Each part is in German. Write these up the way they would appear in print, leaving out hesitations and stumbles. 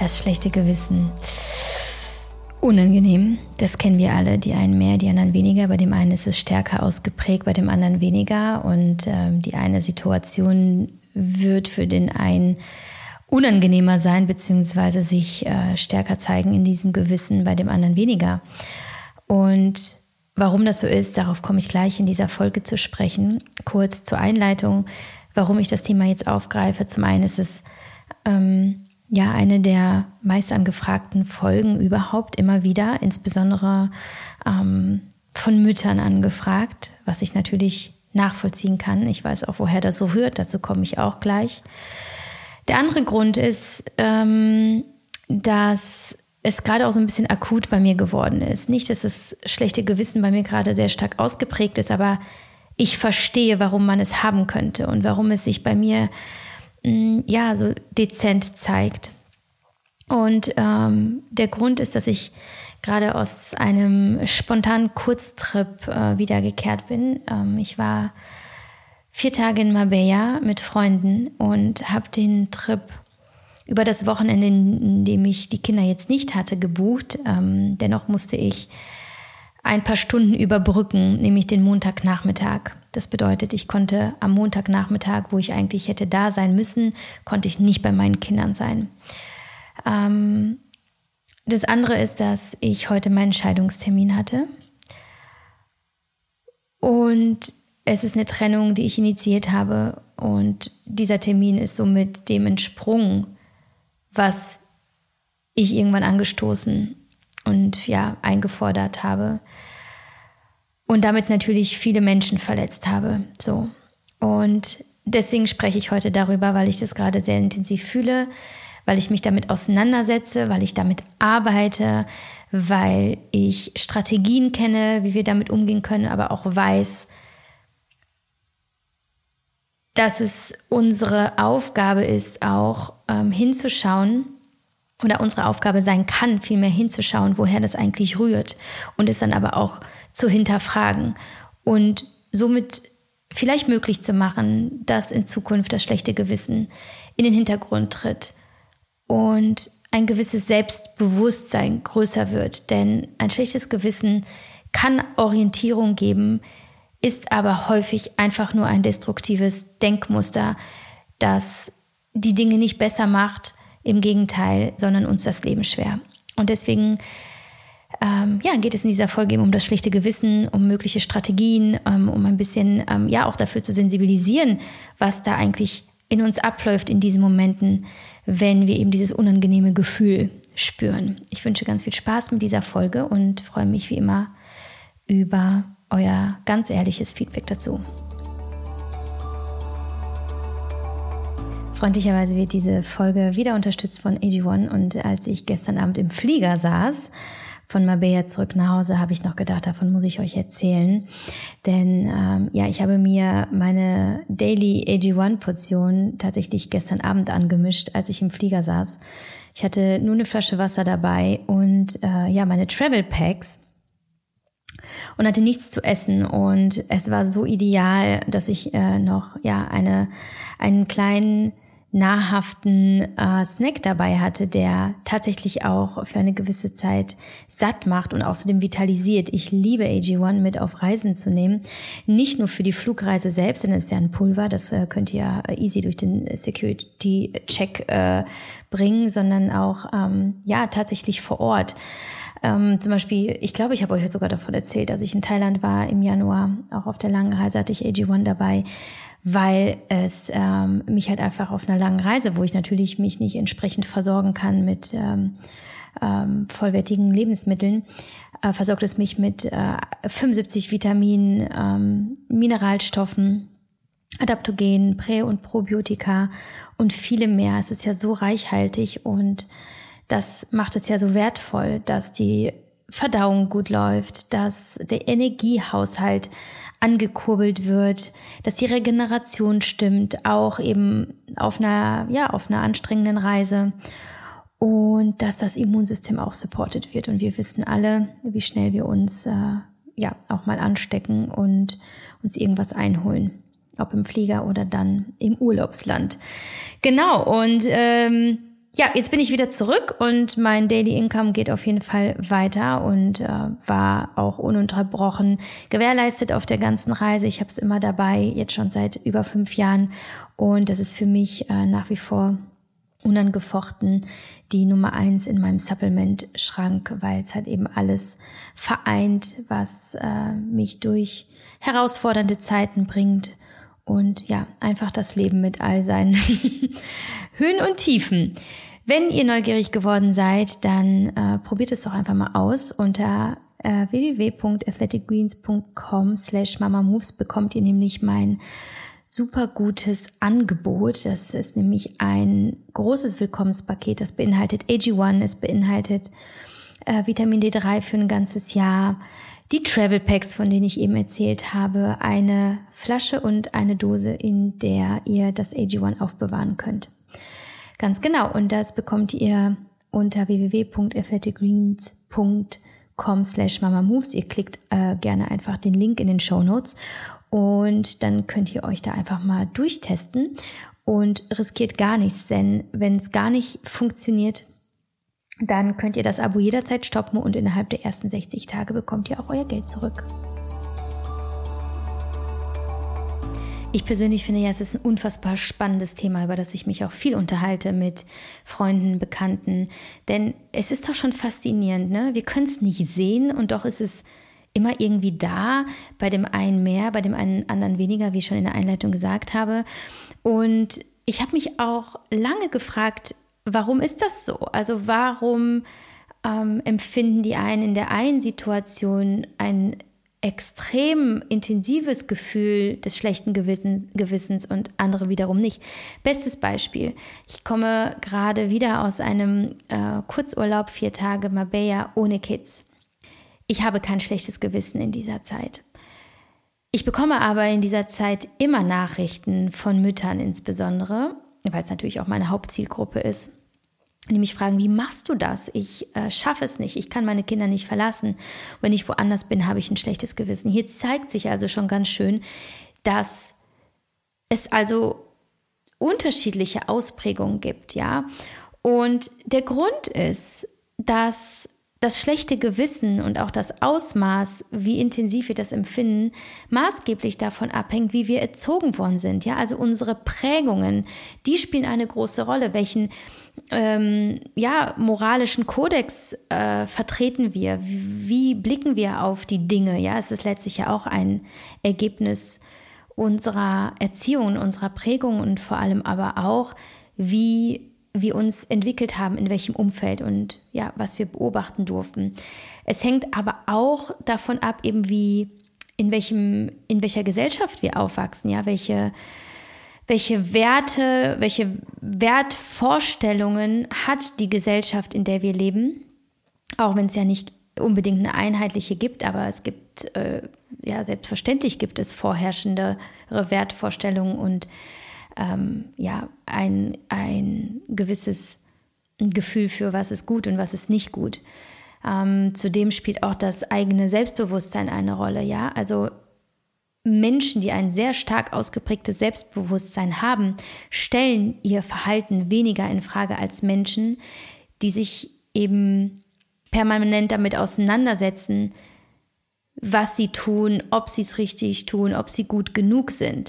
Das schlechte Gewissen. Unangenehm. Das kennen wir alle. Die einen mehr, die anderen weniger. Bei dem einen ist es stärker ausgeprägt, bei dem anderen weniger. Und die eine Situation wird für den einen unangenehmer sein, beziehungsweise sich stärker zeigen in diesem Gewissen, bei dem anderen weniger. Und warum das so ist, darauf komme ich gleich in dieser Folge zu sprechen. Kurz zur Einleitung, warum ich das Thema jetzt aufgreife. Zum einen ist es eine der meist angefragten Folgen überhaupt immer wieder, insbesondere von Müttern angefragt, was ich natürlich nachvollziehen kann. Ich weiß auch, woher das so rührt, dazu komme ich auch gleich. Der andere Grund ist, dass es gerade auch so ein bisschen akut bei mir geworden ist. Nicht, dass das schlechte Gewissen bei mir gerade sehr stark ausgeprägt ist, aber ich verstehe, warum man es haben könnte und warum es sich bei mir so dezent zeigt. Und der Grund ist, dass ich gerade aus einem spontanen Kurztrip wiedergekehrt bin. Ich war 4 Tage in Marbella mit Freunden und habe den Trip über das Wochenende, in dem ich die Kinder jetzt nicht hatte, gebucht. Dennoch musste ich ein paar Stunden überbrücken, nämlich den Montagnachmittag. Das bedeutet, ich konnte am Montagnachmittag, wo ich eigentlich hätte da sein müssen, konnte ich nicht bei meinen Kindern sein. Das andere ist, dass ich heute meinen Scheidungstermin hatte. Und es ist eine Trennung, die ich initiiert habe. Und dieser Termin ist somit dem entsprungen, was ich irgendwann angestoßen und eingefordert habe. Und damit natürlich viele Menschen verletzt habe. So. Und deswegen spreche ich heute darüber, weil ich das gerade sehr intensiv fühle, weil ich mich damit auseinandersetze, weil ich damit arbeite, weil ich Strategien kenne, wie wir damit umgehen können, aber auch weiß, dass es unsere Aufgabe ist, auch hinzuschauen, oder unsere Aufgabe sein kann, vielmehr hinzuschauen, woher das eigentlich rührt und es dann aber auch zu hinterfragen und somit vielleicht möglich zu machen, dass in Zukunft das schlechte Gewissen in den Hintergrund tritt und ein gewisses Selbstbewusstsein größer wird. Denn ein schlechtes Gewissen kann Orientierung geben, ist aber häufig einfach nur ein destruktives Denkmuster, das die Dinge nicht besser macht, im Gegenteil, sondern uns das Leben schwer. Und deswegen geht es in dieser Folge eben um das schlechte Gewissen, um mögliche Strategien, um ein bisschen auch dafür zu sensibilisieren, was da eigentlich in uns abläuft in diesen Momenten, wenn wir eben dieses unangenehme Gefühl spüren. Ich wünsche ganz viel Spaß mit dieser Folge und freue mich wie immer über euer ganz ehrliches Feedback dazu. Freundlicherweise wird diese Folge wieder unterstützt von AG1 und als ich gestern Abend im Flieger saß, von Marbella zurück nach Hause, habe ich noch gedacht, davon muss ich euch erzählen. Denn ich habe mir meine Daily AG1-Portion tatsächlich gestern Abend angemischt, als ich im Flieger saß. Ich hatte nur eine Flasche Wasser dabei und meine Travel Packs und hatte nichts zu essen. Und es war so ideal, dass ich noch einen kleinen nahrhaften Snack dabei hatte, der tatsächlich auch für eine gewisse Zeit satt macht und außerdem vitalisiert. Ich liebe AG1 mit auf Reisen zu nehmen. Nicht nur für die Flugreise selbst, denn es ist ja ein Pulver, das könnt ihr easy durch den Security-Check bringen, sondern auch tatsächlich vor Ort. Zum Beispiel, ich glaube, ich habe euch sogar davon erzählt, als ich in Thailand war im Januar, auch auf der langen Reise hatte ich AG1 dabei, weil es mich halt einfach auf einer langen Reise, wo ich natürlich mich nicht entsprechend versorgen kann mit vollwertigen Lebensmitteln, versorgt es mich mit 75 Vitaminen, Mineralstoffen, Adaptogenen, Prä- und Probiotika und viele mehr. Es ist ja so reichhaltig und das macht es ja so wertvoll, dass die Verdauung gut läuft, dass der Energiehaushalt angekurbelt wird, dass die Regeneration stimmt, auch eben auf einer anstrengenden Reise und dass das Immunsystem auch supported wird. Und wir wissen alle, wie schnell wir uns auch mal anstecken und uns irgendwas einholen, ob im Flieger oder dann im Urlaubsland. Genau, und Ja, jetzt bin ich wieder zurück und mein Daily Income geht auf jeden Fall weiter und war auch ununterbrochen gewährleistet auf der ganzen Reise. Ich habe es immer dabei, jetzt schon seit über 5 Jahren, und das ist für mich nach wie vor unangefochten die Nummer 1 in meinem Supplement-Schrank, weil es halt eben alles vereint, was mich durch herausfordernde Zeiten bringt und ja, einfach das Leben mit all seinen Höhen und Tiefen. Wenn ihr neugierig geworden seid, dann probiert es doch einfach mal aus. Unter www.athleticgreens.com/mamamoves bekommt ihr nämlich mein super gutes Angebot. Das ist nämlich ein großes Willkommenspaket. Das beinhaltet AG1, es beinhaltet Vitamin D3 für ein ganzes Jahr, die Travel Packs, von denen ich eben erzählt habe, eine Flasche und eine Dose, in der ihr das AG1 aufbewahren könnt. Ganz genau, und das bekommt ihr unter www.athleticgreens.com/mamamoves. Ihr klickt gerne einfach den Link in den Shownotes und dann könnt ihr euch da einfach mal durchtesten und riskiert gar nichts, denn wenn es gar nicht funktioniert, dann könnt ihr das Abo jederzeit stoppen und innerhalb der ersten 60 Tage bekommt ihr auch euer Geld zurück. Ich persönlich finde ja, es ist ein unfassbar spannendes Thema, über das ich mich auch viel unterhalte mit Freunden, Bekannten. Denn es ist doch schon faszinierend, ne? Wir können es nicht sehen und doch ist es immer irgendwie da, bei dem einen mehr, bei dem einen anderen weniger, wie ich schon in der Einleitung gesagt habe. Und ich habe mich auch lange gefragt, warum ist das so? Also warum empfinden die einen in der einen Situation ein extrem intensives Gefühl des schlechten Gewissens und andere wiederum nicht. Bestes Beispiel, ich komme gerade wieder aus einem Kurzurlaub, 4 Tage Marbella ohne Kids. Ich habe kein schlechtes Gewissen in dieser Zeit. Ich bekomme aber in dieser Zeit immer Nachrichten von Müttern insbesondere, weil es natürlich auch meine Hauptzielgruppe ist, die mich fragen, wie machst du das? Ich schaffe es nicht, ich kann meine Kinder nicht verlassen. Wenn ich woanders bin, habe ich ein schlechtes Gewissen. Hier zeigt sich also schon ganz schön, dass es also unterschiedliche Ausprägungen gibt, ja. Und der Grund ist, dass das schlechte Gewissen und auch das Ausmaß, wie intensiv wir das empfinden, maßgeblich davon abhängt, wie wir erzogen worden sind. Ja, also unsere Prägungen, die spielen eine große Rolle. Welchen moralischen Kodex vertreten wir? Wie blicken wir auf die Dinge? Ja, es ist letztlich ja auch ein Ergebnis unserer Erziehung, unserer Prägung und vor allem aber auch, wie wir uns entwickelt haben, in welchem Umfeld und ja, was wir beobachten durften. Es hängt aber auch davon ab, eben in welcher Gesellschaft wir aufwachsen, ja, welche Werte, welche Wertvorstellungen hat die Gesellschaft, in der wir leben, auch wenn es ja nicht unbedingt eine einheitliche gibt, aber es gibt, selbstverständlich gibt es vorherrschendere Wertvorstellungen und ein gewisses Gefühl für, was ist gut und was ist nicht gut. Zudem spielt auch das eigene Selbstbewusstsein eine Rolle, ja. Also Menschen, die ein sehr stark ausgeprägtes Selbstbewusstsein haben, stellen ihr Verhalten weniger in Frage als Menschen, die sich eben permanent damit auseinandersetzen, was sie tun, ob sie es richtig tun, ob sie gut genug sind.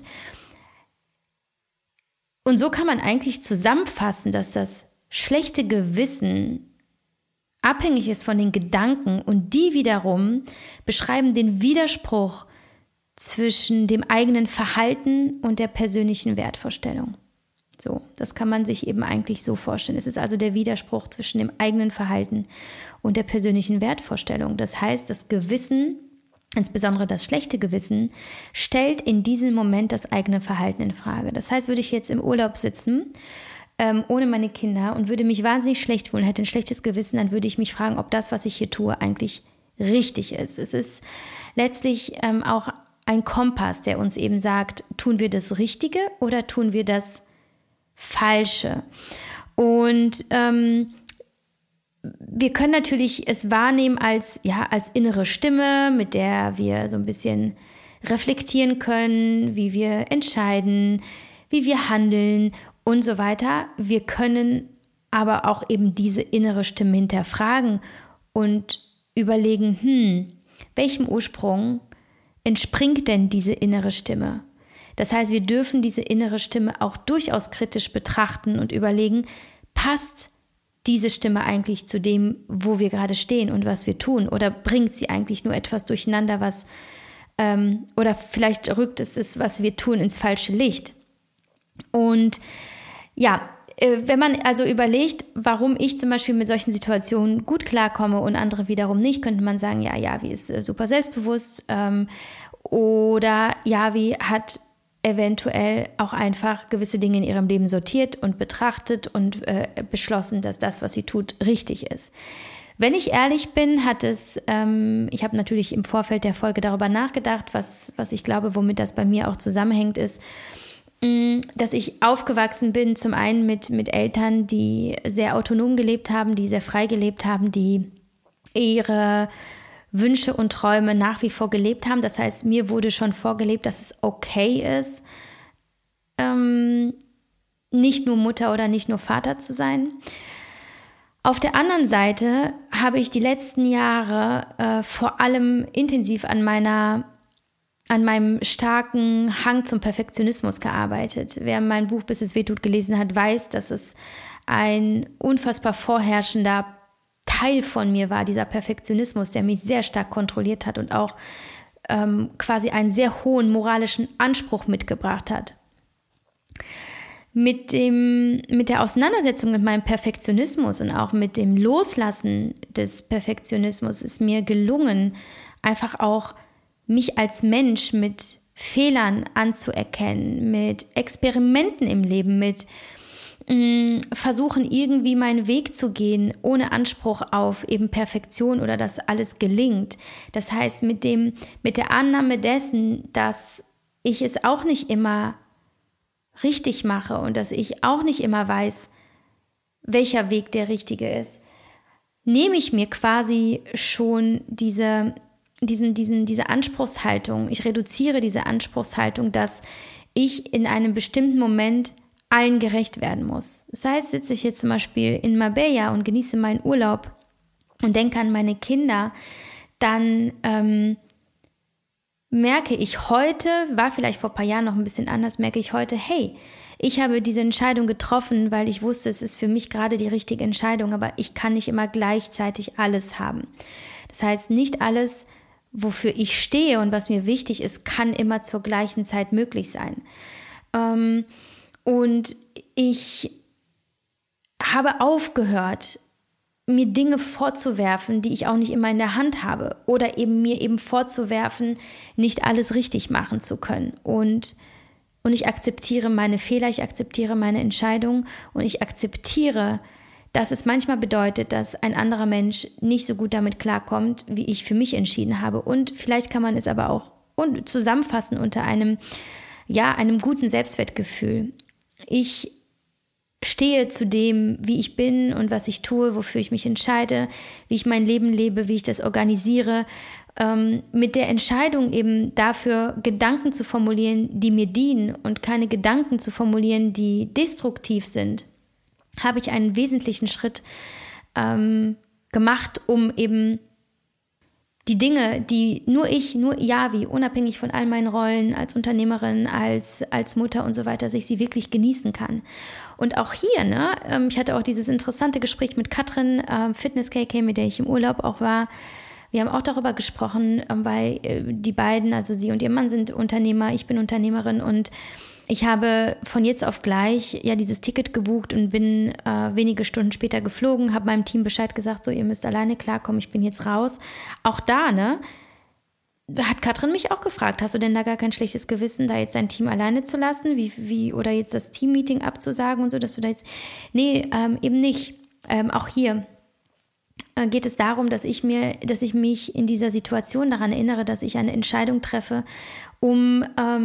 Und so kann man eigentlich zusammenfassen, dass das schlechte Gewissen abhängig ist von den Gedanken und die wiederum beschreiben den Widerspruch zwischen dem eigenen Verhalten und der persönlichen Wertvorstellung. So, das kann man sich eben eigentlich so vorstellen. Es ist also der Widerspruch zwischen dem eigenen Verhalten und der persönlichen Wertvorstellung. Das heißt, das Gewissen, insbesondere das schlechte Gewissen, stellt in diesem Moment das eigene Verhalten in Frage. Das heißt, würde ich jetzt im Urlaub sitzen, ohne meine Kinder und würde mich wahnsinnig schlecht fühlen, hätte ein schlechtes Gewissen, dann würde ich mich fragen, ob das, was ich hier tue, eigentlich richtig ist. Es ist letztlich auch ein Kompass, der uns eben sagt, tun wir das Richtige oder tun wir das Falsche? Und wir können natürlich es wahrnehmen als innere Stimme, mit der wir so ein bisschen reflektieren können, wie wir entscheiden, wie wir handeln und so weiter. Wir können aber auch eben diese innere Stimme hinterfragen und überlegen, welchem Ursprung entspringt denn diese innere Stimme? Das heißt, wir dürfen diese innere Stimme auch durchaus kritisch betrachten und überlegen, passt diese Stimme eigentlich zu dem, wo wir gerade stehen und was wir tun? Oder bringt sie eigentlich nur etwas durcheinander, oder vielleicht rückt es, was wir tun, ins falsche Licht? Und ja, wenn man also überlegt, warum ich zum Beispiel mit solchen Situationen gut klarkomme und andere wiederum nicht, könnte man sagen, ja, Yavi ist super selbstbewusst oder Yavi hat eventuell auch einfach gewisse Dinge in ihrem Leben sortiert und betrachtet und beschlossen, dass das, was sie tut, richtig ist. Wenn ich ehrlich bin, ich habe natürlich im Vorfeld der Folge darüber nachgedacht, was ich glaube, womit das bei mir auch zusammenhängt, ist, dass ich aufgewachsen bin, zum einen mit Eltern, die sehr autonom gelebt haben, die sehr frei gelebt haben, die ihre Wünsche und Träume nach wie vor gelebt haben. Das heißt, mir wurde schon vorgelebt, dass es okay ist, nicht nur Mutter oder nicht nur Vater zu sein. Auf der anderen Seite habe ich die letzten Jahre vor allem intensiv an meinem starken Hang zum Perfektionismus gearbeitet. Wer mein Buch Bis es wehtut gelesen hat, weiß, dass es ein unfassbar vorherrschender Teil von mir war, dieser Perfektionismus, der mich sehr stark kontrolliert hat und auch quasi einen sehr hohen moralischen Anspruch mitgebracht hat. Mit der Auseinandersetzung mit meinem Perfektionismus und auch mit dem Loslassen des Perfektionismus ist mir gelungen, einfach auch mich als Mensch mit Fehlern anzuerkennen, mit Experimenten im Leben, mit versuchen irgendwie meinen Weg zu gehen, ohne Anspruch auf eben Perfektion oder dass alles gelingt. Das heißt, mit der Annahme dessen, dass ich es auch nicht immer richtig mache und dass ich auch nicht immer weiß, welcher Weg der richtige ist, nehme ich mir quasi schon diese Anspruchshaltung, ich reduziere diese Anspruchshaltung, dass ich in einem bestimmten Moment allen gerecht werden muss. Das heißt, sitze ich jetzt zum Beispiel in Marbella und genieße meinen Urlaub und denke an meine Kinder, dann merke ich heute, war vielleicht vor ein paar Jahren noch ein bisschen anders, merke ich heute, hey, ich habe diese Entscheidung getroffen, weil ich wusste, es ist für mich gerade die richtige Entscheidung, aber ich kann nicht immer gleichzeitig alles haben. Das heißt, nicht alles, wofür ich stehe und was mir wichtig ist, kann immer zur gleichen Zeit möglich sein. Und ich habe aufgehört, mir Dinge vorzuwerfen, die ich auch nicht immer in der Hand habe oder eben mir eben vorzuwerfen, nicht alles richtig machen zu können. Und ich akzeptiere meine Fehler, ich akzeptiere meine Entscheidungen und ich akzeptiere, dass es manchmal bedeutet, dass ein anderer Mensch nicht so gut damit klarkommt, wie ich für mich entschieden habe. Und vielleicht kann man es aber auch zusammenfassen unter einem guten Selbstwertgefühl. Ich stehe zu dem, wie ich bin und was ich tue, wofür ich mich entscheide, wie ich mein Leben lebe, wie ich das organisiere, mit der Entscheidung eben dafür, Gedanken zu formulieren, die mir dienen und keine Gedanken zu formulieren, die destruktiv sind, habe ich einen wesentlichen Schritt gemacht, um eben die Dinge, die nur Yavi, unabhängig von all meinen Rollen als Unternehmerin, als Mutter und so weiter, dass ich sie wirklich genießen kann. Und auch hier, ich hatte auch dieses interessante Gespräch mit Katrin, Fitness KK, mit der ich im Urlaub auch war. Wir haben auch darüber gesprochen, weil die beiden, also sie und ihr Mann sind Unternehmer, ich bin Unternehmerin und ich habe von jetzt auf gleich dieses Ticket gebucht und bin wenige Stunden später geflogen, habe meinem Team Bescheid gesagt, so, ihr müsst alleine klarkommen, ich bin jetzt raus. Auch da, hat Katrin mich auch gefragt, hast du denn da gar kein schlechtes Gewissen, da jetzt dein Team alleine zu lassen, wie oder jetzt das Teammeeting abzusagen und so, dass du da jetzt, nee, eben nicht. Auch hier geht es darum, dass ich mich in dieser Situation daran erinnere, dass ich eine Entscheidung treffe, um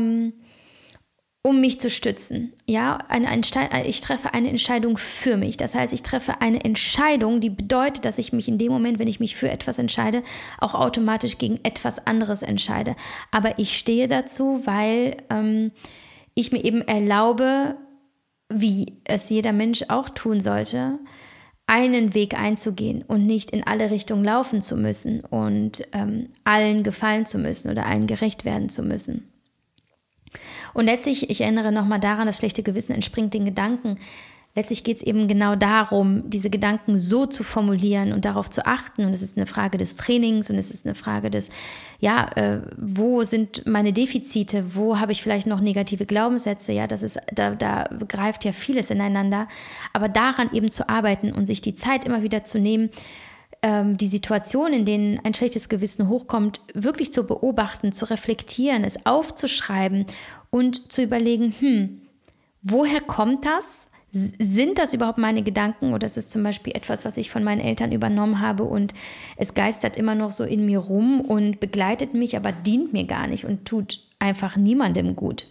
mich zu stützen. Ja, ich treffe eine Entscheidung für mich. Das heißt, ich treffe eine Entscheidung, die bedeutet, dass ich mich in dem Moment, wenn ich mich für etwas entscheide, auch automatisch gegen etwas anderes entscheide. Aber ich stehe dazu, weil ich mir eben erlaube, wie es jeder Mensch auch tun sollte, einen Weg einzugehen und nicht in alle Richtungen laufen zu müssen und allen gefallen zu müssen oder allen gerecht werden zu müssen. Und letztlich, ich erinnere nochmal daran, das schlechte Gewissen entspringt den Gedanken. Letztlich geht es eben genau darum, diese Gedanken so zu formulieren und darauf zu achten. Und es ist eine Frage des Trainings und es ist eine Frage des, wo sind meine Defizite? Wo habe ich vielleicht noch negative Glaubenssätze? Ja, da greift ja vieles ineinander. Aber daran eben zu arbeiten und sich die Zeit immer wieder zu nehmen, die Situation, in denen ein schlechtes Gewissen hochkommt, wirklich zu beobachten, zu reflektieren, es aufzuschreiben und zu überlegen, woher kommt das? Sind das überhaupt meine Gedanken oder ist es zum Beispiel etwas, was ich von meinen Eltern übernommen habe und es geistert immer noch so in mir rum und begleitet mich, aber dient mir gar nicht und tut einfach niemandem gut?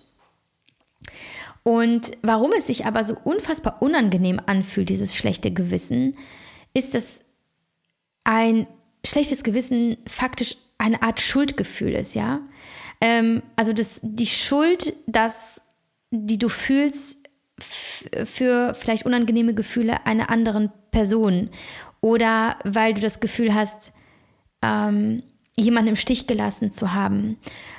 Und warum es sich aber so unfassbar unangenehm anfühlt, dieses schlechte Gewissen, ist, dass ein schlechtes Gewissen faktisch eine Art Schuldgefühl ist, ja? Also die Schuld, die du fühlst, für vielleicht unangenehme Gefühle einer anderen Person oder weil du das Gefühl hast, jemanden im Stich gelassen zu haben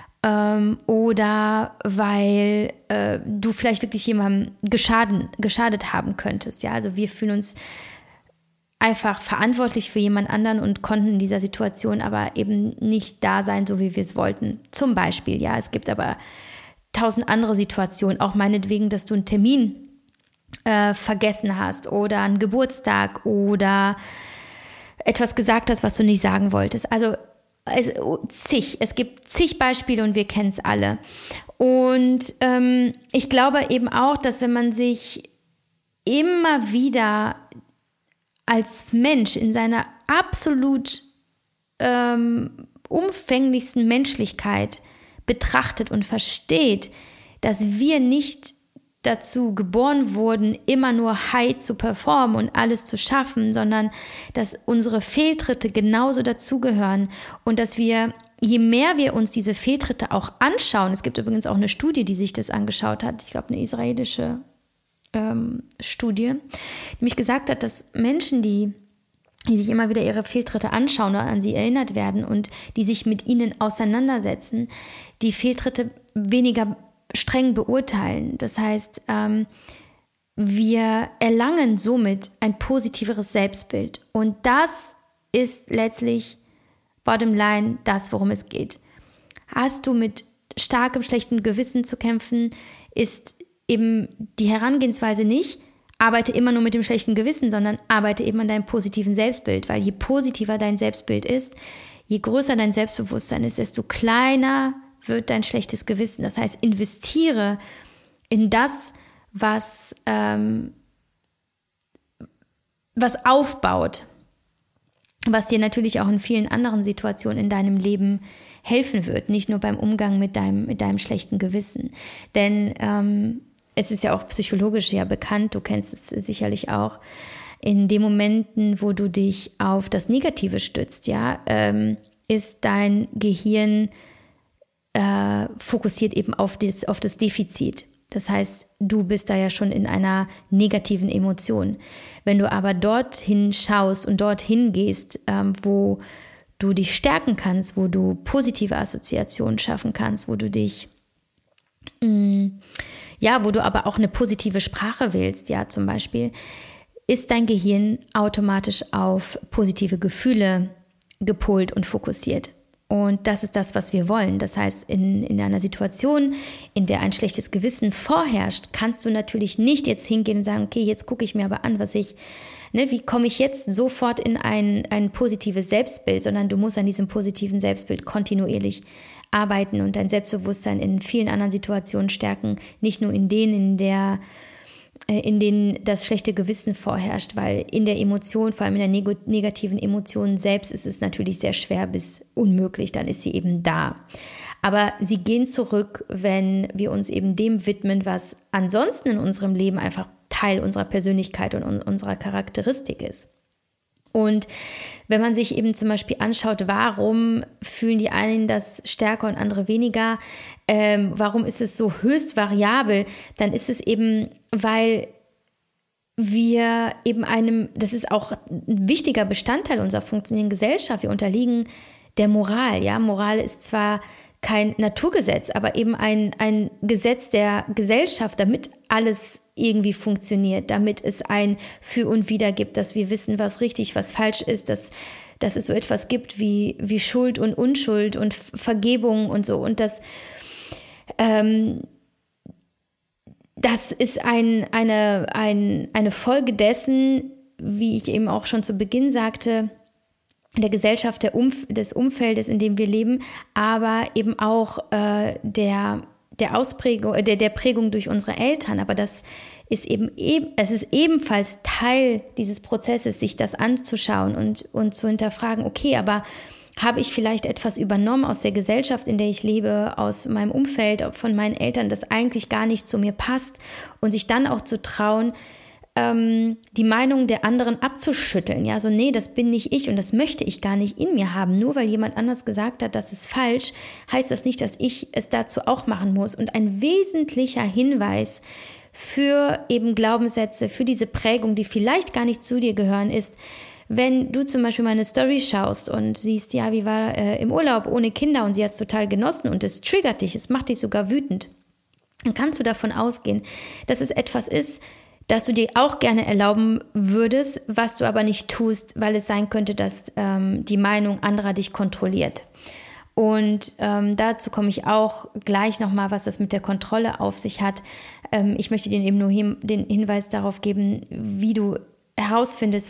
oder weil du vielleicht wirklich jemandem geschadet haben könntest. Ja? Also wir fühlen uns einfach verantwortlich für jemand anderen und konnten in dieser Situation aber eben nicht da sein, so wie wir es wollten. Zum Beispiel, ja, es gibt aber 1000 andere Situationen, auch meinetwegen, dass du einen Termin vergessen hast oder einen Geburtstag oder etwas gesagt hast, was du nicht sagen wolltest. Also es gibt zig Beispiele und wir kennen es alle. Und ich glaube eben auch, dass wenn man sich immer wieder als Mensch in seiner absolut umfänglichsten Menschlichkeit betrachtet und versteht, dass wir nicht dazu geboren wurden, immer nur high zu performen und alles zu schaffen, sondern dass unsere Fehltritte genauso dazugehören und dass wir, je mehr wir uns diese Fehltritte auch anschauen, es gibt übrigens auch eine Studie, die sich das angeschaut hat, ich glaube eine israelische Studie, die mich gesagt hat, dass Menschen, die sich immer wieder ihre Fehltritte anschauen oder an sie erinnert werden und die sich mit ihnen auseinandersetzen, die Fehltritte weniger streng beurteilen. Das heißt, wir erlangen somit ein positiveres Selbstbild. Und das ist letztlich bottom line das, worum es geht. Hast du mit starkem, schlechtem Gewissen zu kämpfen, ist eben die Herangehensweise nicht, arbeite immer nur mit dem schlechten Gewissen, sondern arbeite eben an deinem positiven Selbstbild, weil je positiver dein Selbstbild ist, je größer dein Selbstbewusstsein ist, desto kleiner wird dein schlechtes Gewissen. Das heißt, investiere in das, was aufbaut, was dir natürlich auch in vielen anderen Situationen in deinem Leben helfen wird, nicht nur beim Umgang mit deinem schlechten Gewissen. Denn es ist ja auch psychologisch ja bekannt, du kennst es sicherlich auch, in den Momenten, wo du dich auf das Negative stützt, ja, ist dein Gehirn fokussiert eben auf das Defizit. Das heißt, du bist da ja schon in einer negativen Emotion. Wenn du aber dorthin schaust und dorthin gehst, wo du dich stärken kannst, wo du positive Assoziationen schaffen kannst, wo du dich wo du aber auch eine positive Sprache wählst, ja, zum Beispiel, ist dein Gehirn automatisch auf positive Gefühle gepolt und fokussiert. Und das ist das, was wir wollen. Das heißt, in einer Situation, in der ein schlechtes Gewissen vorherrscht, kannst du natürlich nicht jetzt hingehen und sagen, okay, jetzt gucke ich mir aber an, wie komme ich jetzt sofort in ein positives Selbstbild, sondern du musst an diesem positiven Selbstbild kontinuierlich arbeiten und dein Selbstbewusstsein in vielen anderen Situationen stärken, nicht nur in denen, in denen das schlechte Gewissen vorherrscht, weil in der Emotion, vor allem in der negativen Emotion selbst, ist es natürlich sehr schwer bis unmöglich, dann ist sie eben da. Aber sie gehen zurück, wenn wir uns eben dem widmen, was ansonsten in unserem Leben einfach Teil unserer Persönlichkeit und unserer Charakteristik ist. Und wenn man sich eben zum Beispiel anschaut, warum fühlen die einen das stärker und andere weniger, warum ist es so höchst variabel, dann ist es eben weil wir eben das ist auch ein wichtiger Bestandteil unserer funktionierenden Gesellschaft. Wir unterliegen der Moral. Ja, Moral ist zwar kein Naturgesetz, aber eben ein Gesetz der Gesellschaft, damit alles irgendwie funktioniert, damit es ein Für und Wider gibt, dass wir wissen, was richtig, was falsch ist, dass es so etwas gibt wie Schuld und Unschuld und Vergebung und so. Und das ist eine Folge dessen, wie ich eben auch schon zu Beginn sagte, der Gesellschaft, des Umfeldes, in dem wir leben, aber eben auch der Prägung durch unsere Eltern. Aber das ist es ist ebenfalls Teil dieses Prozesses, sich das anzuschauen und zu hinterfragen, okay, aber habe ich vielleicht etwas übernommen aus der Gesellschaft, in der ich lebe, aus meinem Umfeld, von meinen Eltern, das eigentlich gar nicht zu mir passt, und sich dann auch zu trauen, die Meinung der anderen abzuschütteln. Ja, so, nee, das bin nicht ich und das möchte ich gar nicht in mir haben. Nur weil jemand anders gesagt hat, das ist falsch, heißt das nicht, dass ich es dazu auch machen muss. Und ein wesentlicher Hinweis für eben Glaubenssätze, für diese Prägung, die vielleicht gar nicht zu dir gehören, ist, wenn du zum Beispiel meine Story schaust und siehst, ja, wie war im Urlaub ohne Kinder und sie hat es total genossen und es triggert dich, es macht dich sogar wütend, dann kannst du davon ausgehen, dass es etwas ist, das du dir auch gerne erlauben würdest, was du aber nicht tust, weil es sein könnte, dass die Meinung anderer dich kontrolliert. Und dazu komme ich auch gleich nochmal, was das mit der Kontrolle auf sich hat. Ich möchte dir eben nur den Hinweis darauf geben, wie du herausfindest,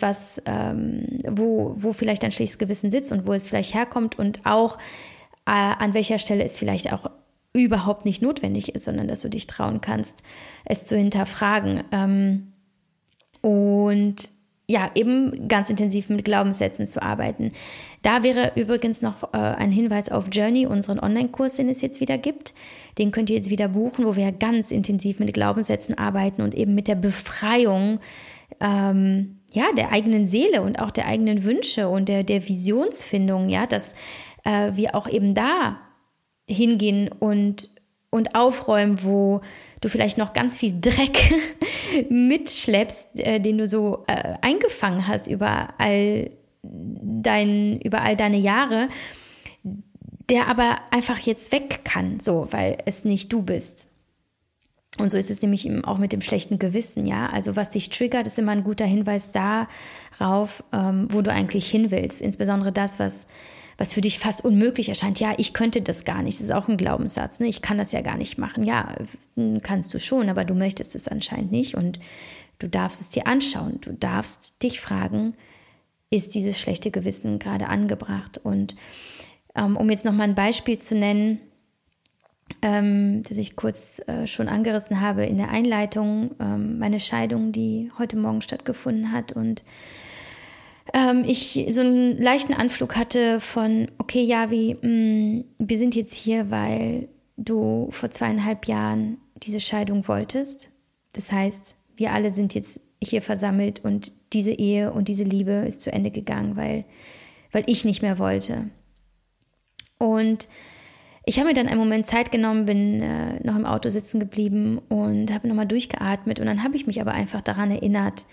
wo vielleicht dein schlechtes Gewissen sitzt und wo es vielleicht herkommt und auch an welcher Stelle es vielleicht auch überhaupt nicht notwendig ist, sondern dass du dich trauen kannst, es zu hinterfragen. Und ja, eben ganz intensiv mit Glaubenssätzen zu arbeiten. Da wäre übrigens noch ein Hinweis auf Journey, unseren Online-Kurs, den es jetzt wieder gibt. Den könnt ihr jetzt wieder buchen, wo wir ganz intensiv mit Glaubenssätzen arbeiten und eben mit der Befreiung der eigenen Seele und auch der eigenen Wünsche und der Visionsfindung, ja, dass wir auch eben da hingehen und aufräumen, wo du vielleicht noch ganz viel Dreck mitschleppst, den du so eingefangen hast über all deine Jahre, der aber einfach jetzt weg kann, so, weil es nicht du bist. Und so ist es nämlich eben auch mit dem schlechten Gewissen, ja. Also was dich triggert, ist immer ein guter Hinweis darauf, wo du eigentlich hin willst. Insbesondere das, was für dich fast unmöglich erscheint. Ja, ich könnte das gar nicht. Das ist auch ein Glaubenssatz. Ne? Ich kann das ja gar nicht machen. Ja, kannst du schon, aber du möchtest es anscheinend nicht. Und du darfst es dir anschauen. Du darfst dich fragen, ist dieses schlechte Gewissen gerade angebracht? Und um jetzt nochmal ein Beispiel zu nennen, das ich kurz schon angerissen habe in der Einleitung, meine Scheidung, die heute Morgen stattgefunden hat, und ich so einen leichten Anflug hatte von, okay, Javi, wir sind jetzt hier, weil du vor 2,5 Jahren diese Scheidung wolltest. Das heißt, wir alle sind jetzt hier versammelt und diese Ehe und diese Liebe ist zu Ende gegangen, weil ich nicht mehr wollte. Und ich habe mir dann einen Moment Zeit genommen, bin noch im Auto sitzen geblieben und habe nochmal durchgeatmet. Und dann habe ich mich aber einfach daran erinnert,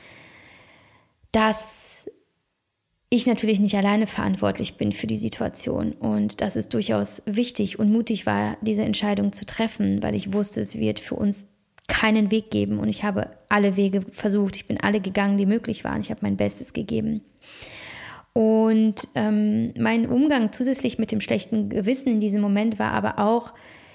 dass ich natürlich nicht alleine verantwortlich bin für die Situation und dass es durchaus wichtig und mutig war, diese Entscheidung zu treffen, weil ich wusste, es wird für uns keinen Weg geben, und ich habe alle Wege versucht. Ich bin alle gegangen, die möglich waren. Ich habe mein Bestes gegeben. Und mein Umgang zusätzlich mit dem schlechten Gewissen in diesem Moment war aber auch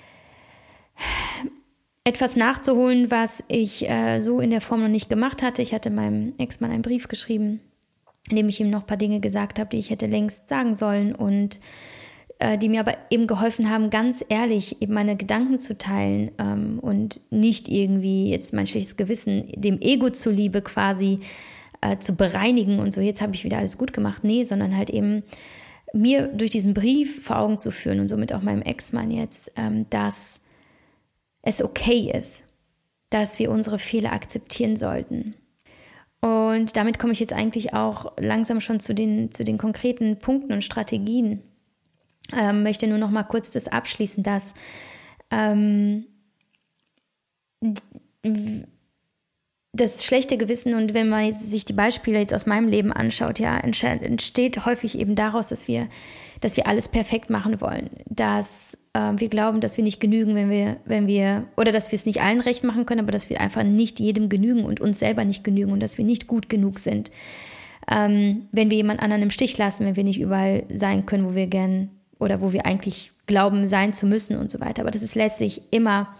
etwas nachzuholen, was ich so in der Form noch nicht gemacht hatte. Ich hatte meinem Ex-Mann einen Brief geschrieben, in dem ich ihm noch ein paar Dinge gesagt habe, die ich hätte längst sagen sollen und die mir aber eben geholfen haben, ganz ehrlich eben meine Gedanken zu teilen und nicht irgendwie jetzt mein schlechtes Gewissen dem Ego zuliebe quasi zu bereinigen und so, jetzt habe ich wieder alles gut gemacht. Nee, sondern halt eben mir durch diesen Brief vor Augen zu führen und somit auch meinem Ex-Mann jetzt, dass es okay ist, dass wir unsere Fehler akzeptieren sollten. Und damit komme ich jetzt eigentlich auch langsam schon zu den konkreten Punkten und Strategien. Möchte nur noch mal kurz das abschließen, dass das schlechte Gewissen, und wenn man sich die Beispiele jetzt aus meinem Leben anschaut, ja, entsteht häufig eben daraus, dass wir alles perfekt machen wollen, dass wir glauben, dass wir nicht genügen, wenn wir oder dass wir es nicht allen recht machen können, aber dass wir einfach nicht jedem genügen und uns selber nicht genügen und dass wir nicht gut genug sind, wenn wir jemand anderen im Stich lassen, wenn wir nicht überall sein können, wo wir gern oder wo wir eigentlich glauben, sein zu müssen und so weiter. Aber das ist letztlich immer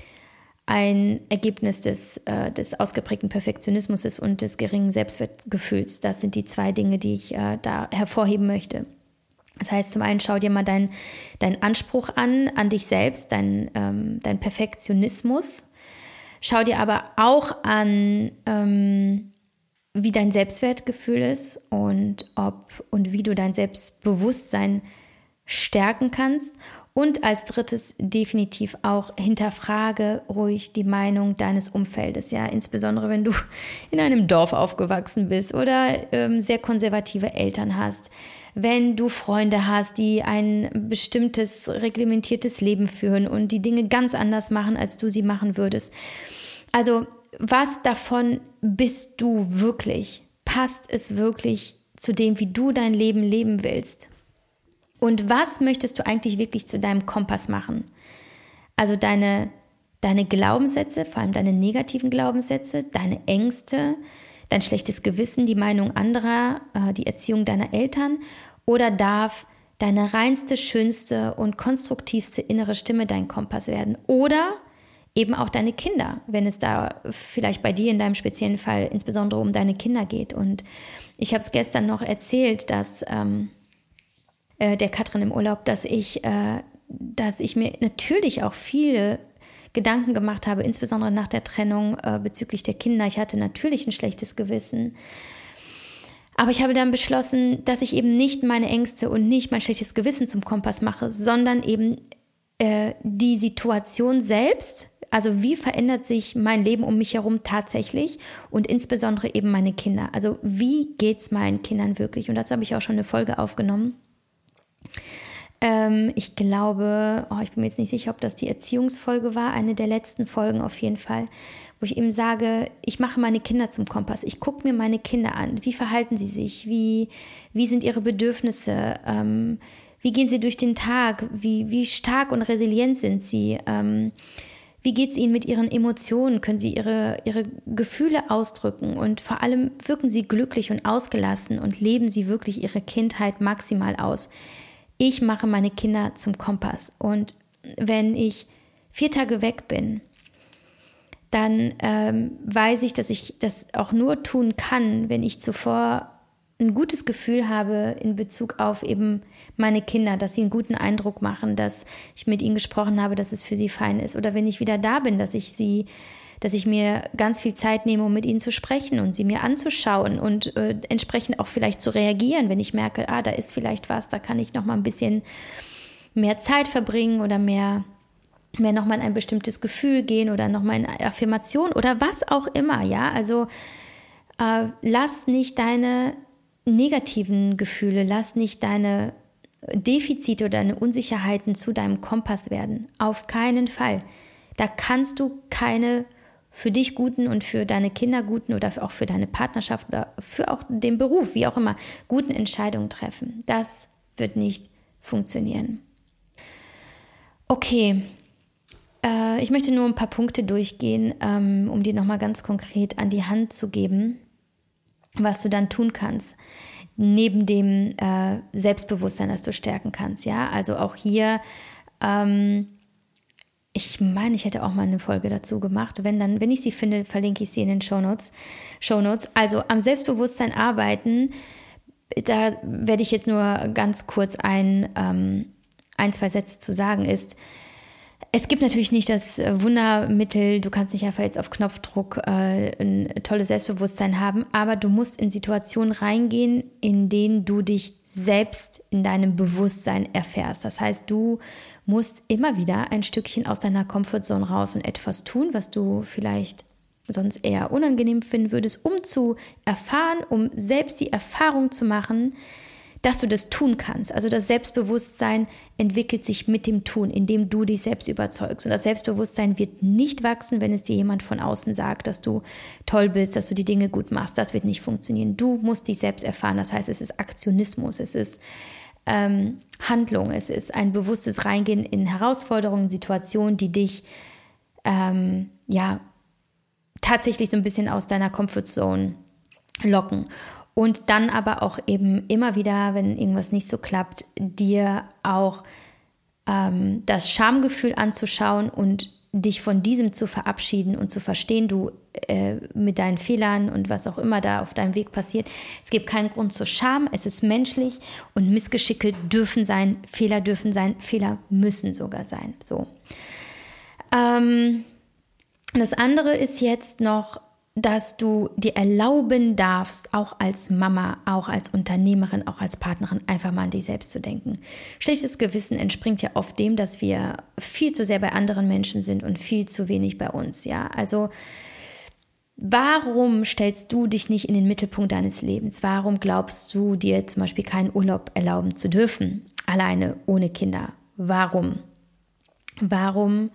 ein Ergebnis des ausgeprägten Perfektionismus und des geringen Selbstwertgefühls. Das sind die zwei Dinge, die ich da hervorheben möchte. Das heißt, zum einen schau dir mal deinen Anspruch an dich selbst, dein Perfektionismus. Schau dir aber auch an, wie dein Selbstwertgefühl ist und ob und wie du dein Selbstbewusstsein stärken kannst. Und als drittes definitiv auch hinterfrage ruhig die Meinung deines Umfeldes, ja, insbesondere wenn du in einem Dorf aufgewachsen bist oder sehr konservative Eltern hast, wenn du Freunde hast, die ein bestimmtes reglementiertes Leben führen und die Dinge ganz anders machen, als du sie machen würdest. Also was davon bist du wirklich? Passt es wirklich zu dem, wie du dein Leben leben willst? Und was möchtest du eigentlich wirklich zu deinem Kompass machen? Also deine Glaubenssätze, vor allem deine negativen Glaubenssätze, deine Ängste, dein schlechtes Gewissen, die Meinung anderer, die Erziehung deiner Eltern, oder darf deine reinste, schönste und konstruktivste innere Stimme dein Kompass werden? Oder eben auch deine Kinder, wenn es da vielleicht bei dir in deinem speziellen Fall insbesondere um deine Kinder geht. Und ich habe es gestern noch erzählt, dass der Katrin im Urlaub, dass ich mir natürlich auch viele Gedanken gemacht habe, insbesondere nach der Trennung bezüglich der Kinder. Ich hatte natürlich ein schlechtes Gewissen. Aber ich habe dann beschlossen, dass ich eben nicht meine Ängste und nicht mein schlechtes Gewissen zum Kompass mache, sondern eben die Situation selbst. Also wie verändert sich mein Leben um mich herum tatsächlich und insbesondere eben meine Kinder. Also wie geht es meinen Kindern wirklich? Und dazu habe ich auch schon eine Folge aufgenommen. Ich glaube, ich bin mir jetzt nicht sicher, ob das die Erziehungsfolge war, eine der letzten Folgen auf jeden Fall, wo ich eben sage, ich mache meine Kinder zum Kompass. Ich gucke mir meine Kinder an. Wie verhalten sie sich? Wie sind ihre Bedürfnisse? Wie gehen sie durch den Tag? Wie stark und resilient sind sie? Wie geht es ihnen mit ihren Emotionen? Können sie ihre Gefühle ausdrücken? Und vor allem wirken sie glücklich und ausgelassen und leben sie wirklich ihre Kindheit maximal aus? Ich mache meine Kinder zum Kompass. Und wenn ich 4 Tage weg bin, dann weiß ich, dass ich das auch nur tun kann, wenn ich zuvor ein gutes Gefühl habe in Bezug auf eben meine Kinder, dass sie einen guten Eindruck machen, dass ich mit ihnen gesprochen habe, dass es für sie fein ist. Oder wenn ich wieder da bin, dass ich mir ganz viel Zeit nehme, um mit ihnen zu sprechen und sie mir anzuschauen und entsprechend auch vielleicht zu reagieren, wenn ich merke, da ist vielleicht was, da kann ich noch mal ein bisschen mehr Zeit verbringen oder mehr noch mal in ein bestimmtes Gefühl gehen oder noch mal in Affirmation oder was auch immer, ja, also lass nicht deine negativen Gefühle, lass nicht deine Defizite oder deine Unsicherheiten zu deinem Kompass werden, auf keinen Fall. Da kannst du keine für dich guten und für deine Kinder guten oder auch für deine Partnerschaft oder für auch den Beruf, wie auch immer, guten Entscheidungen treffen. Das wird nicht funktionieren. Okay, ich möchte nur ein paar Punkte durchgehen, um dir nochmal ganz konkret an die Hand zu geben, was du dann tun kannst, neben dem Selbstbewusstsein, das du stärken kannst. Ja, also auch hier ich meine, ich hätte auch mal eine Folge dazu gemacht. Wenn ich sie finde, verlinke ich sie in den Shownotes. Also am Selbstbewusstsein arbeiten, da werde ich jetzt nur ganz kurz ein, 2 Sätze zu sagen ist. Es gibt natürlich nicht das Wundermittel, du kannst nicht einfach jetzt auf Knopfdruck ein tolles Selbstbewusstsein haben, aber du musst in Situationen reingehen, in denen du dich selbst in deinem Bewusstsein erfährst. Das heißt, du musst immer wieder ein Stückchen aus deiner Comfortzone raus und etwas tun, was du vielleicht sonst eher unangenehm finden würdest, um zu erfahren, um selbst die Erfahrung zu machen, dass du das tun kannst. Also das Selbstbewusstsein entwickelt sich mit dem Tun, indem du dich selbst überzeugst. Und das Selbstbewusstsein wird nicht wachsen, wenn es dir jemand von außen sagt, dass du toll bist, dass du die Dinge gut machst. Das wird nicht funktionieren. Du musst dich selbst erfahren. Das heißt, es ist Aktionismus, es ist Handlung, es ist ein bewusstes Reingehen in Herausforderungen, Situationen, die dich tatsächlich so ein bisschen aus deiner Comfortzone locken. Und dann aber auch eben immer wieder, wenn irgendwas nicht so klappt, dir auch das Schamgefühl anzuschauen und dich von diesem zu verabschieden und zu verstehen, du mit deinen Fehlern und was auch immer da auf deinem Weg passiert. Es gibt keinen Grund zur Scham, es ist menschlich und Missgeschicke dürfen sein, Fehler müssen sogar sein. So. Das andere ist jetzt noch, dass du dir erlauben darfst, auch als Mama, auch als Unternehmerin, auch als Partnerin, einfach mal an dich selbst zu denken. Schlechtes Gewissen entspringt ja oft dem, dass wir viel zu sehr bei anderen Menschen sind und viel zu wenig bei uns. Ja, also warum stellst du dich nicht in den Mittelpunkt deines Lebens? Warum glaubst du, dir zum Beispiel keinen Urlaub erlauben zu dürfen, alleine, ohne Kinder? Warum? Warum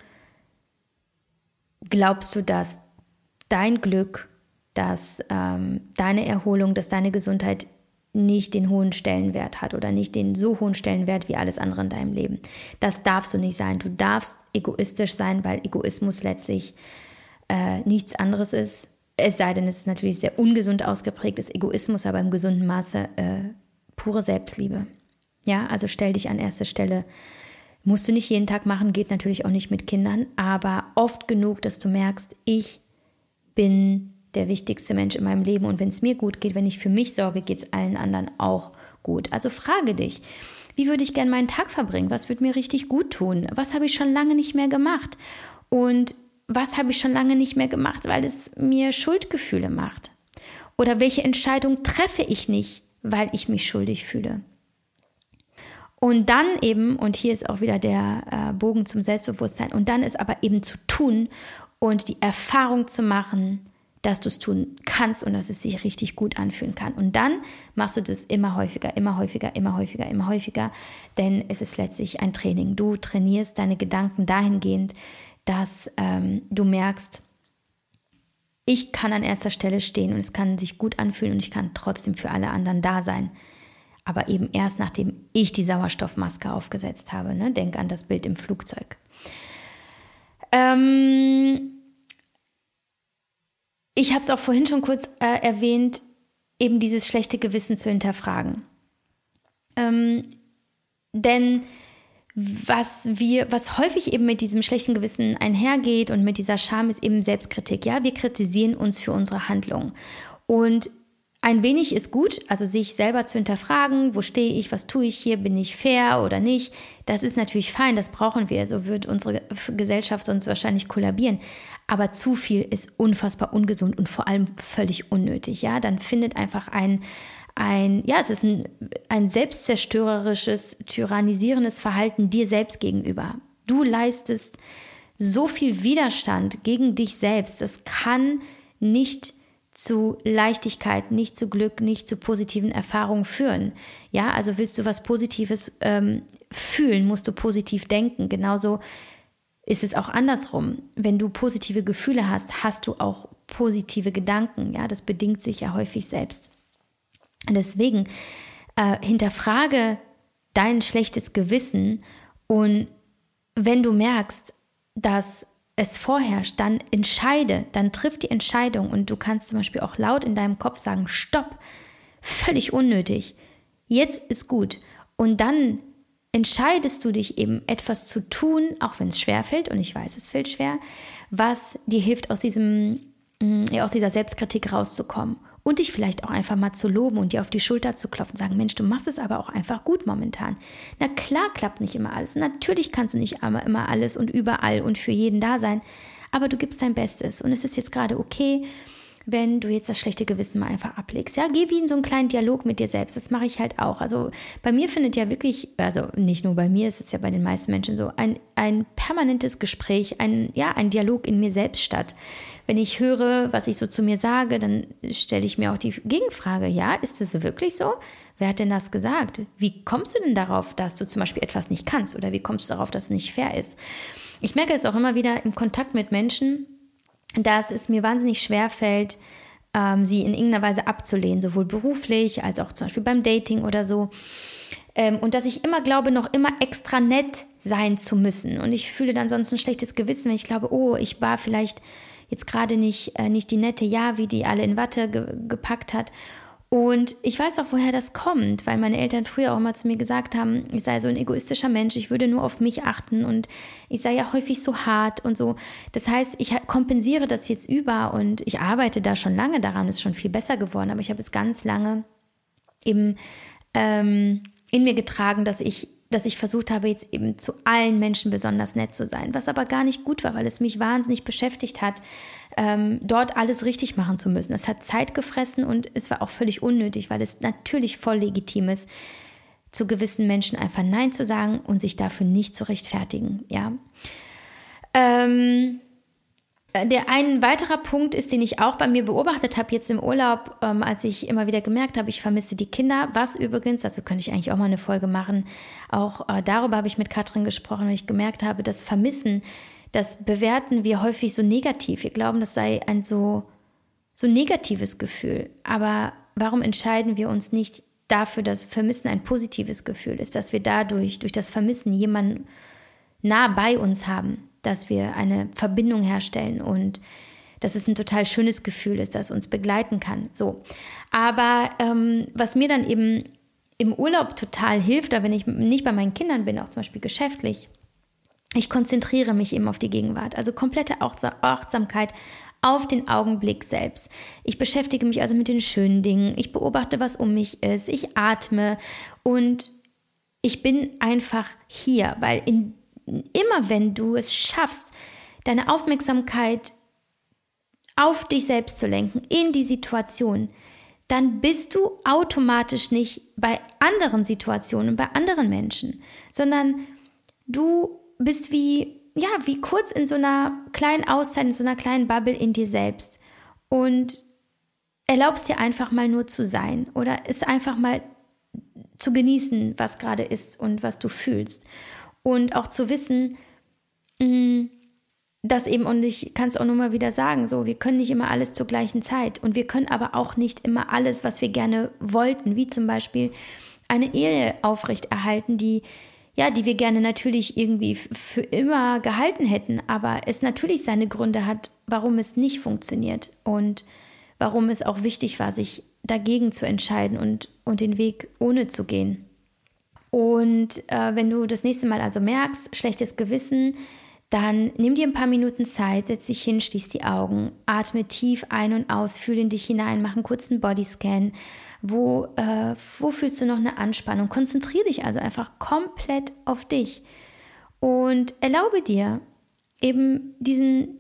glaubst du, dass dein Glück, dass deine Erholung, dass deine Gesundheit nicht den hohen Stellenwert hat oder nicht den so hohen Stellenwert wie alles andere in deinem Leben? Das darfst du nicht sein. Du darfst egoistisch sein, weil Egoismus letztlich nichts anderes ist. Es sei denn, es ist natürlich sehr ungesund ausgeprägt, ist Egoismus, aber im gesunden Maße pure Selbstliebe. Ja, also stell dich an erste Stelle. Musst du nicht jeden Tag machen, geht natürlich auch nicht mit Kindern, aber oft genug, dass du merkst, ich bin der wichtigste Mensch in meinem Leben und wenn es mir gut geht, wenn ich für mich sorge, geht es allen anderen auch gut. Also frage dich, wie würde ich gerne meinen Tag verbringen? Was würde mir richtig gut tun? Was habe ich schon lange nicht mehr gemacht? Und was habe ich schon lange nicht mehr gemacht, weil es mir Schuldgefühle macht? Oder welche Entscheidung treffe ich nicht, weil ich mich schuldig fühle? Und dann eben, und hier ist auch wieder der Bogen zum Selbstbewusstsein, und dann ist aber eben zu tun und die Erfahrung zu machen, dass du es tun kannst und dass es sich richtig gut anfühlen kann. Und dann machst du das immer häufiger, immer häufiger, immer häufiger, immer häufiger, denn es ist letztlich ein Training. Du trainierst deine Gedanken dahingehend, dass du merkst, ich kann an erster Stelle stehen und es kann sich gut anfühlen und ich kann trotzdem für alle anderen da sein. Aber eben erst nachdem ich die Sauerstoffmaske aufgesetzt habe. Ne? Denk an das Bild im Flugzeug. Ich habe es auch vorhin schon kurz erwähnt, eben dieses schlechte Gewissen zu hinterfragen. Denn was häufig eben mit diesem schlechten Gewissen einhergeht und mit dieser Scham ist eben Selbstkritik. Ja, wir kritisieren uns für unsere Handlungen. Und ein wenig ist gut, also sich selber zu hinterfragen, wo stehe ich, was tue ich hier, bin ich fair oder nicht, das ist natürlich fein, das brauchen wir, so wird unsere Gesellschaft sonst wahrscheinlich kollabieren, aber zu viel ist unfassbar ungesund und vor allem völlig unnötig, ja, dann findet einfach es ist ein selbstzerstörerisches, tyrannisierendes Verhalten dir selbst gegenüber. Du leistest so viel Widerstand gegen dich selbst, das kann nicht zu Leichtigkeit, nicht zu Glück, nicht zu positiven Erfahrungen führen. Ja, also willst du was Positives fühlen, musst du positiv denken. Genauso ist es auch andersrum. Wenn du positive Gefühle hast, hast du auch positive Gedanken. Ja, das bedingt sich ja häufig selbst. Deswegen hinterfrage dein schlechtes Gewissen und wenn du merkst, dass es vorherrscht, dann entscheide, dann triff die Entscheidung und du kannst zum Beispiel auch laut in deinem Kopf sagen, stopp, völlig unnötig, jetzt ist gut. Und dann entscheidest du dich eben etwas zu tun, auch wenn es schwerfällt, und ich weiß, es fällt schwer, was dir hilft, aus dieser Selbstkritik rauszukommen. Und dich vielleicht auch einfach mal zu loben und dir auf die Schulter zu klopfen und sagen, Mensch, du machst es aber auch einfach gut momentan. Na klar klappt nicht immer alles. Und natürlich kannst du nicht immer alles und überall und für jeden da sein, aber du gibst dein Bestes. Und es ist jetzt gerade okay, wenn du jetzt das schlechte Gewissen mal einfach ablegst. Ja, geh wie in so einen kleinen Dialog mit dir selbst. Das mache ich halt auch. Also bei mir findet ja wirklich, also nicht nur bei mir, es ist ja bei den meisten Menschen so, ein permanentes Gespräch, ein Dialog in mir selbst statt. Wenn ich höre, was ich so zu mir sage, dann stelle ich mir auch die Gegenfrage, ja, ist es wirklich so? Wer hat denn das gesagt? Wie kommst du denn darauf, dass du zum Beispiel etwas nicht kannst? Oder wie kommst du darauf, dass es nicht fair ist? Ich merke es auch immer wieder im Kontakt mit Menschen, dass es mir wahnsinnig schwer fällt, sie in irgendeiner Weise abzulehnen, sowohl beruflich als auch zum Beispiel beim Dating oder so. Und dass ich immer glaube, noch immer extra nett sein zu müssen. Und ich fühle dann sonst ein schlechtes Gewissen, wenn ich glaube, oh, ich war vielleicht jetzt gerade nicht die nette wie die alle in Watte gepackt hat. Und ich weiß auch, woher das kommt, weil meine Eltern früher auch immer zu mir gesagt haben, ich sei so ein egoistischer Mensch, ich würde nur auf mich achten und ich sei ja häufig so hart und so. Das heißt, ich kompensiere das jetzt über und ich arbeite da schon lange daran, ist schon viel besser geworden, aber ich habe es ganz lange eben in mir getragen, dass ich versucht habe, jetzt eben zu allen Menschen besonders nett zu sein, was aber gar nicht gut war, weil es mich wahnsinnig beschäftigt hat, dort alles richtig machen zu müssen. Es hat Zeit gefressen und es war auch völlig unnötig, weil es natürlich voll legitim ist, zu gewissen Menschen einfach Nein zu sagen und sich dafür nicht zu rechtfertigen. Ja. Ein weiterer Punkt ist, den ich auch bei mir beobachtet habe, jetzt im Urlaub, als ich immer wieder gemerkt habe, ich vermisse die Kinder, was übrigens, dazu könnte ich eigentlich auch mal eine Folge machen, auch darüber habe ich mit Katrin gesprochen, weil ich gemerkt habe, das Vermissen, das bewerten wir häufig so negativ. Wir glauben, das sei ein so negatives Gefühl. Aber warum entscheiden wir uns nicht dafür, dass Vermissen ein positives Gefühl ist, dass wir dadurch, durch das Vermissen jemanden nah bei uns haben, dass wir eine Verbindung herstellen und dass es ein total schönes Gefühl ist, das uns begleiten kann. So. Aber was mir dann eben im Urlaub total hilft, da wenn ich nicht bei meinen Kindern bin, auch zum Beispiel geschäftlich, ich konzentriere mich eben auf die Gegenwart, also komplette Achtsamkeit auf den Augenblick selbst. Ich beschäftige mich also mit den schönen Dingen, ich beobachte, was um mich ist, ich atme und ich bin einfach hier, weil immer wenn du es schaffst, deine Aufmerksamkeit auf dich selbst zu lenken, in die Situation, dann bist du automatisch nicht bei anderen Situationen, bei anderen Menschen, sondern du bist wie kurz in so einer kleinen Auszeit, in so einer kleinen Bubble in dir selbst und erlaubst dir einfach mal nur zu sein oder es einfach mal zu genießen, was gerade ist und was du fühlst. Und auch zu wissen, dass eben, und ich kann es auch nur mal wieder sagen, so, wir können nicht immer alles zur gleichen Zeit und wir können aber auch nicht immer alles, was wir gerne wollten, wie zum Beispiel eine Ehe aufrechterhalten, die wir gerne natürlich irgendwie für immer gehalten hätten, aber es natürlich seine Gründe hat, warum es nicht funktioniert und warum es auch wichtig war, sich dagegen zu entscheiden und den Weg ohne zu gehen. Und wenn du das nächste Mal also merkst, schlechtes Gewissen, dann nimm dir ein paar Minuten Zeit, setz dich hin, schließ die Augen, atme tief ein und aus, fühl in dich hinein, mach einen kurzen Bodyscan. Wo fühlst du noch eine Anspannung? Konzentriere dich also einfach komplett auf dich und erlaube dir eben diesen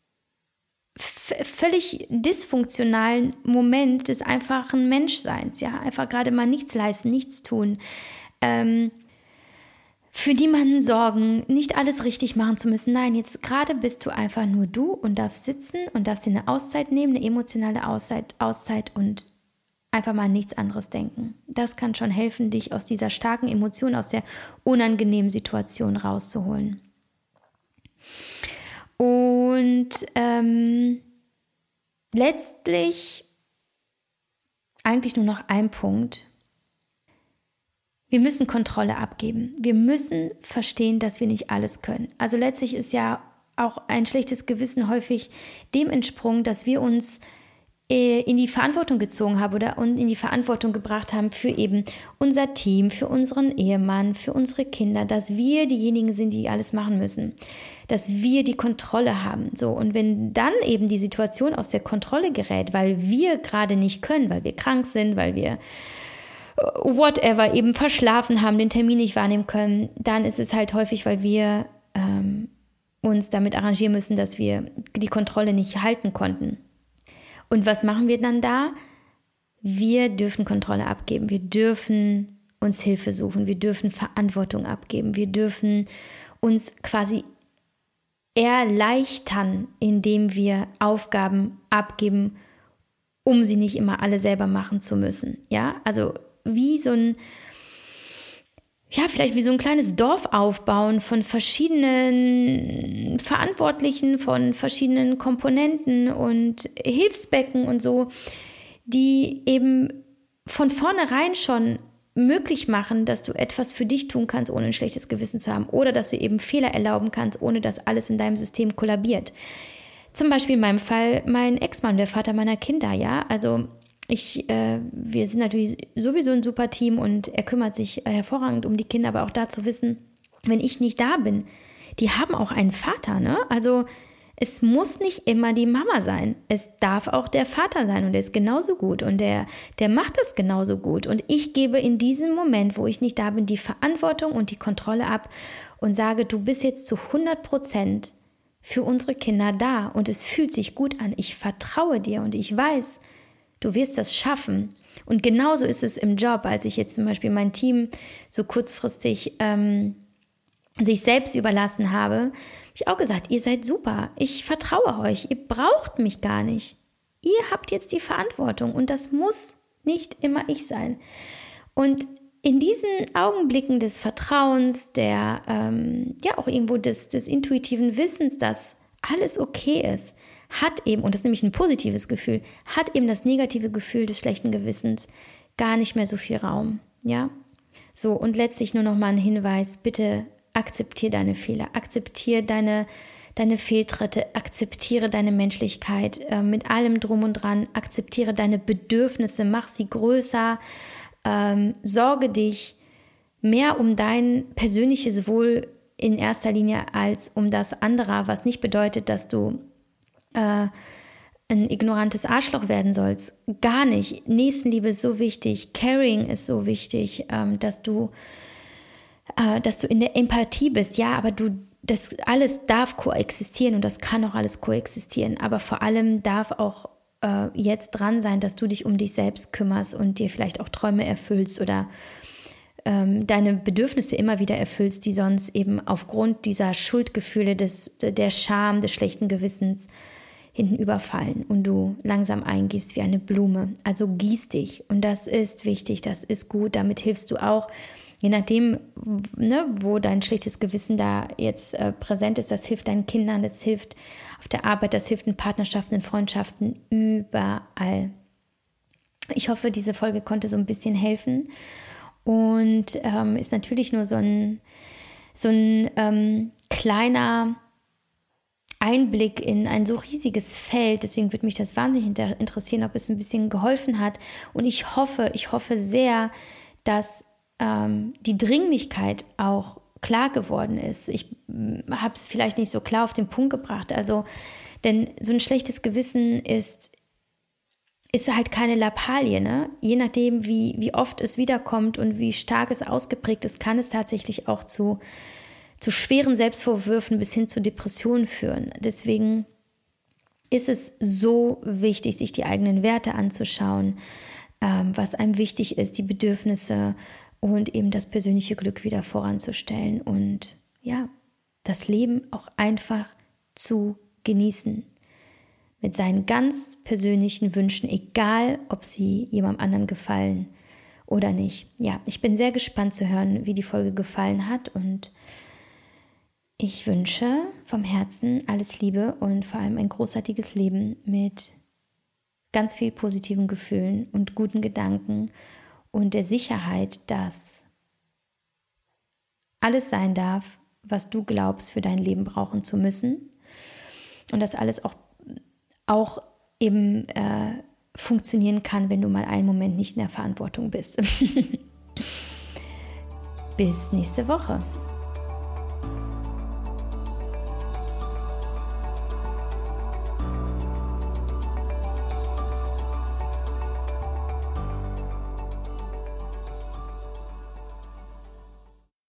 völlig dysfunktionalen Moment des einfachen Menschseins, ja, einfach gerade mal nichts leisten, nichts tun, für niemanden sorgen, nicht alles richtig machen zu müssen. Nein, jetzt gerade bist du einfach nur du und darfst sitzen und darfst dir eine Auszeit nehmen, eine emotionale Auszeit und einfach mal an nichts anderes denken. Das kann schon helfen, dich aus dieser starken Emotion, aus der unangenehmen Situation rauszuholen. Und letztlich eigentlich nur noch ein Punkt. Wir müssen Kontrolle abgeben. Wir müssen verstehen, dass wir nicht alles können. Also letztlich ist ja auch ein schlechtes Gewissen häufig dem entsprungen, dass wir uns in die Verantwortung gezogen haben oder in die Verantwortung gebracht haben für eben unser Team, für unseren Ehemann, für unsere Kinder, dass wir diejenigen sind, die alles machen müssen, dass wir die Kontrolle haben. So, und wenn dann eben die Situation aus der Kontrolle gerät, weil wir gerade nicht können, weil wir krank sind, weil wir whatever eben verschlafen haben, den Termin nicht wahrnehmen können, dann ist es halt häufig, weil wir uns damit arrangieren müssen, dass wir die Kontrolle nicht halten konnten. Und was machen wir dann da? Wir dürfen Kontrolle abgeben, wir dürfen uns Hilfe suchen, wir dürfen Verantwortung abgeben, wir dürfen uns quasi erleichtern, indem wir Aufgaben abgeben, um sie nicht immer alle selber machen zu müssen. Ja, also wie so ein, ja, vielleicht wie so ein kleines Dorf aufbauen von verschiedenen Verantwortlichen, von verschiedenen Komponenten und Hilfsbecken und so, die eben von vornherein schon möglich machen, dass du etwas für dich tun kannst, ohne ein schlechtes Gewissen zu haben, oder dass du eben Fehler erlauben kannst, ohne dass alles in deinem System kollabiert. Zum Beispiel in meinem Fall mein Ex-Mann, der Vater meiner Kinder, ja, also wir sind natürlich sowieso ein super Team und er kümmert sich hervorragend um die Kinder, aber auch da zu wissen, wenn ich nicht da bin, die haben auch einen Vater, ne? Also es muss nicht immer die Mama sein. Es darf auch der Vater sein und der ist genauso gut und der macht das genauso gut. Und ich gebe in diesem Moment, wo ich nicht da bin, die Verantwortung und die Kontrolle ab und sage, du bist jetzt zu 100% für unsere Kinder da und es fühlt sich gut an. Ich vertraue dir und ich weiß, du wirst das schaffen. Und genauso ist es im Job, als ich jetzt zum Beispiel mein Team so kurzfristig sich selbst überlassen habe ich auch gesagt, ihr seid super, ich vertraue euch, ihr braucht mich gar nicht. Ihr habt jetzt die Verantwortung und das muss nicht immer ich sein. Und in diesen Augenblicken des Vertrauens, der ja auch irgendwo des intuitiven Wissens, dass alles okay ist, hat eben, und das ist nämlich ein positives Gefühl, hat eben das negative Gefühl des schlechten Gewissens gar nicht mehr so viel Raum. Ja? So, und letztlich nur noch mal ein Hinweis, bitte akzeptiere deine Fehler, akzeptiere deine Fehltritte, akzeptiere deine Menschlichkeit mit allem drum und dran, akzeptiere deine Bedürfnisse, mach sie größer, sorge dich mehr um dein persönliches Wohl in erster Linie als um das anderer, was nicht bedeutet, dass du ein ignorantes Arschloch werden sollst. Gar nicht. Nächstenliebe ist so wichtig, Caring ist so wichtig, dass du in der Empathie bist, ja, aber das alles darf koexistieren und das kann auch alles koexistieren, aber vor allem darf auch jetzt dran sein, dass du dich um dich selbst kümmerst und dir vielleicht auch Träume erfüllst oder deine Bedürfnisse immer wieder erfüllst, die sonst eben aufgrund dieser Schuldgefühle, der Scham, des schlechten Gewissens hinten überfallen und du langsam eingehst wie eine Blume. Also gieß dich und das ist wichtig, das ist gut, damit hilfst du auch, je nachdem, ne, wo dein schlechtes Gewissen da jetzt präsent ist, das hilft deinen Kindern, das hilft auf der Arbeit, das hilft in Partnerschaften, in Freundschaften, überall. Ich hoffe, diese Folge konnte so ein bisschen helfen und ist natürlich nur so ein kleiner Einblick in ein so riesiges Feld. Deswegen würde mich das wahnsinnig interessieren, ob es ein bisschen geholfen hat. Und ich hoffe sehr, dass die Dringlichkeit auch klar geworden ist. Ich habe es vielleicht nicht so klar auf den Punkt gebracht. Also, denn so ein schlechtes Gewissen ist halt keine Lappalie, ne? Je nachdem, wie oft es wiederkommt und wie stark es ausgeprägt ist, kann es tatsächlich auch zu schweren Selbstvorwürfen bis hin zu Depressionen führen. Deswegen ist es so wichtig, sich die eigenen Werte anzuschauen, was einem wichtig ist, die Bedürfnisse und eben das persönliche Glück wieder voranzustellen und ja, das Leben auch einfach zu genießen. Mit seinen ganz persönlichen Wünschen, egal ob sie jemandem anderen gefallen oder nicht. Ja, ich bin sehr gespannt zu hören, wie die Folge gefallen hat und ich wünsche vom Herzen alles Liebe und vor allem ein großartiges Leben mit ganz viel positiven Gefühlen und guten Gedanken und der Sicherheit, dass alles sein darf, was du glaubst, für dein Leben brauchen zu müssen und dass alles auch eben funktionieren kann, wenn du mal einen Moment nicht in der Verantwortung bist. Bis nächste Woche.